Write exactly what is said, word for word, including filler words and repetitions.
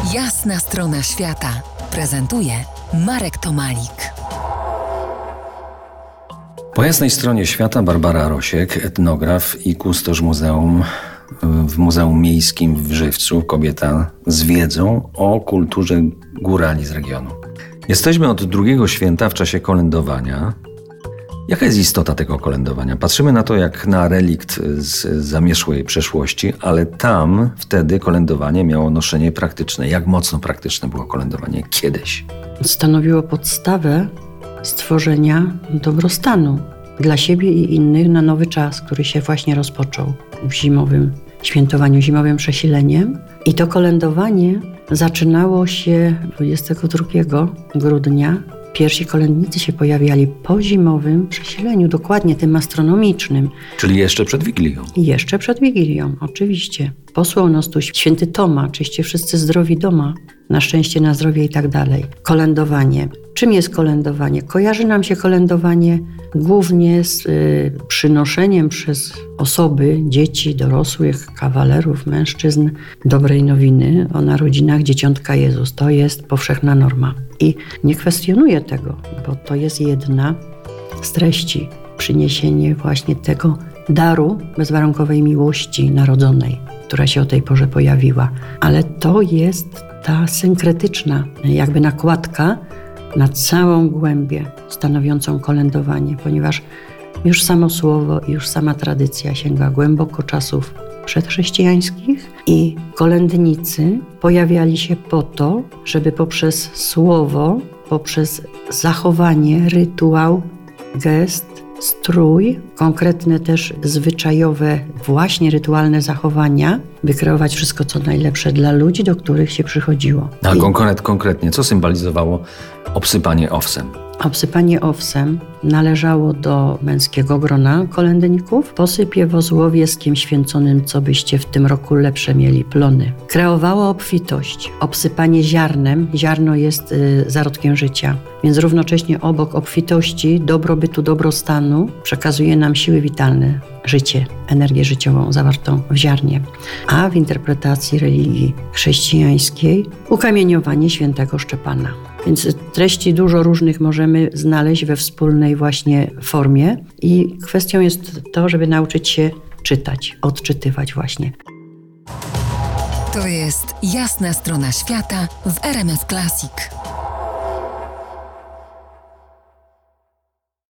Jasna strona świata prezentuje Marek Tomalik. Po jasnej stronie świata Barbara Rosiek, etnograf i kustosz muzeum w Muzeum Miejskim w Żywcu, kobieta z wiedzą o kulturze górali z regionu. Jesteśmy od drugiego święta w czasie kolędowania. Jaka jest istota tego kolędowania? Patrzymy na to jak na relikt z zamierzchłej przeszłości, ale tam wtedy kolędowanie miało noszenie praktyczne. Jak mocno praktyczne było kolędowanie kiedyś? Stanowiło podstawę stworzenia dobrostanu dla siebie i innych na nowy czas, który się właśnie rozpoczął w zimowym świętowaniu, zimowym przesileniem. I to kolędowanie zaczynało się dwudziestego drugiego grudnia. Pierwsi kolędnicy się pojawiali po zimowym przesileniu, dokładnie tym astronomicznym. Czyli jeszcze przed Wigilią. I jeszcze przed Wigilią, oczywiście. Posłał nas tu święty Toma, czyście wszyscy zdrowi doma, na szczęście, na zdrowie i tak dalej. Kolędowanie. Czym jest kolędowanie? Kojarzy nam się kolędowanie głównie z y, przynoszeniem przez osoby, dzieci, dorosłych, kawalerów, mężczyzn dobrej nowiny o narodzinach dzieciątka Jezus. To jest powszechna norma. I nie kwestionuję tego, bo to jest jedna z treści. Przyniesienie właśnie tego daru bezwarunkowej miłości narodzonej, która się o tej porze pojawiła. Ale to jest ta synkretyczna jakby nakładka na całą głębię stanowiącą kolędowanie, ponieważ już samo słowo i już sama tradycja sięga głęboko czasów przedchrześcijańskich i kolędnicy pojawiali się po to, żeby poprzez słowo, poprzez zachowanie, rytuał, gest, strój, konkretne też zwyczajowe, właśnie rytualne zachowania, wykreować wszystko, co najlepsze dla ludzi, do których się przychodziło. A I konkret, konkretnie, co symbolizowało obsypanie owsem? obsypanie owsem należało do męskiego grona kolędników. Posypie wozłowieskiem święconym, co byście w tym roku lepsze mieli plony. Kreowało obfitość. Obsypanie ziarnem. Ziarno jest y, zarodkiem życia. Więc równocześnie obok obfitości, dobrobytu, dobrostanu przekazuje nam siły witalne, życie, energię życiową zawartą w ziarnie. A w interpretacji religii chrześcijańskiej ukamieniowanie świętego Szczepana. Więc treści dużo różnych możemy znaleźć we wspólnej właśnie formie i kwestią jest to, żeby nauczyć się czytać, odczytywać właśnie. To jest Jasna strona świata w R M F Classic.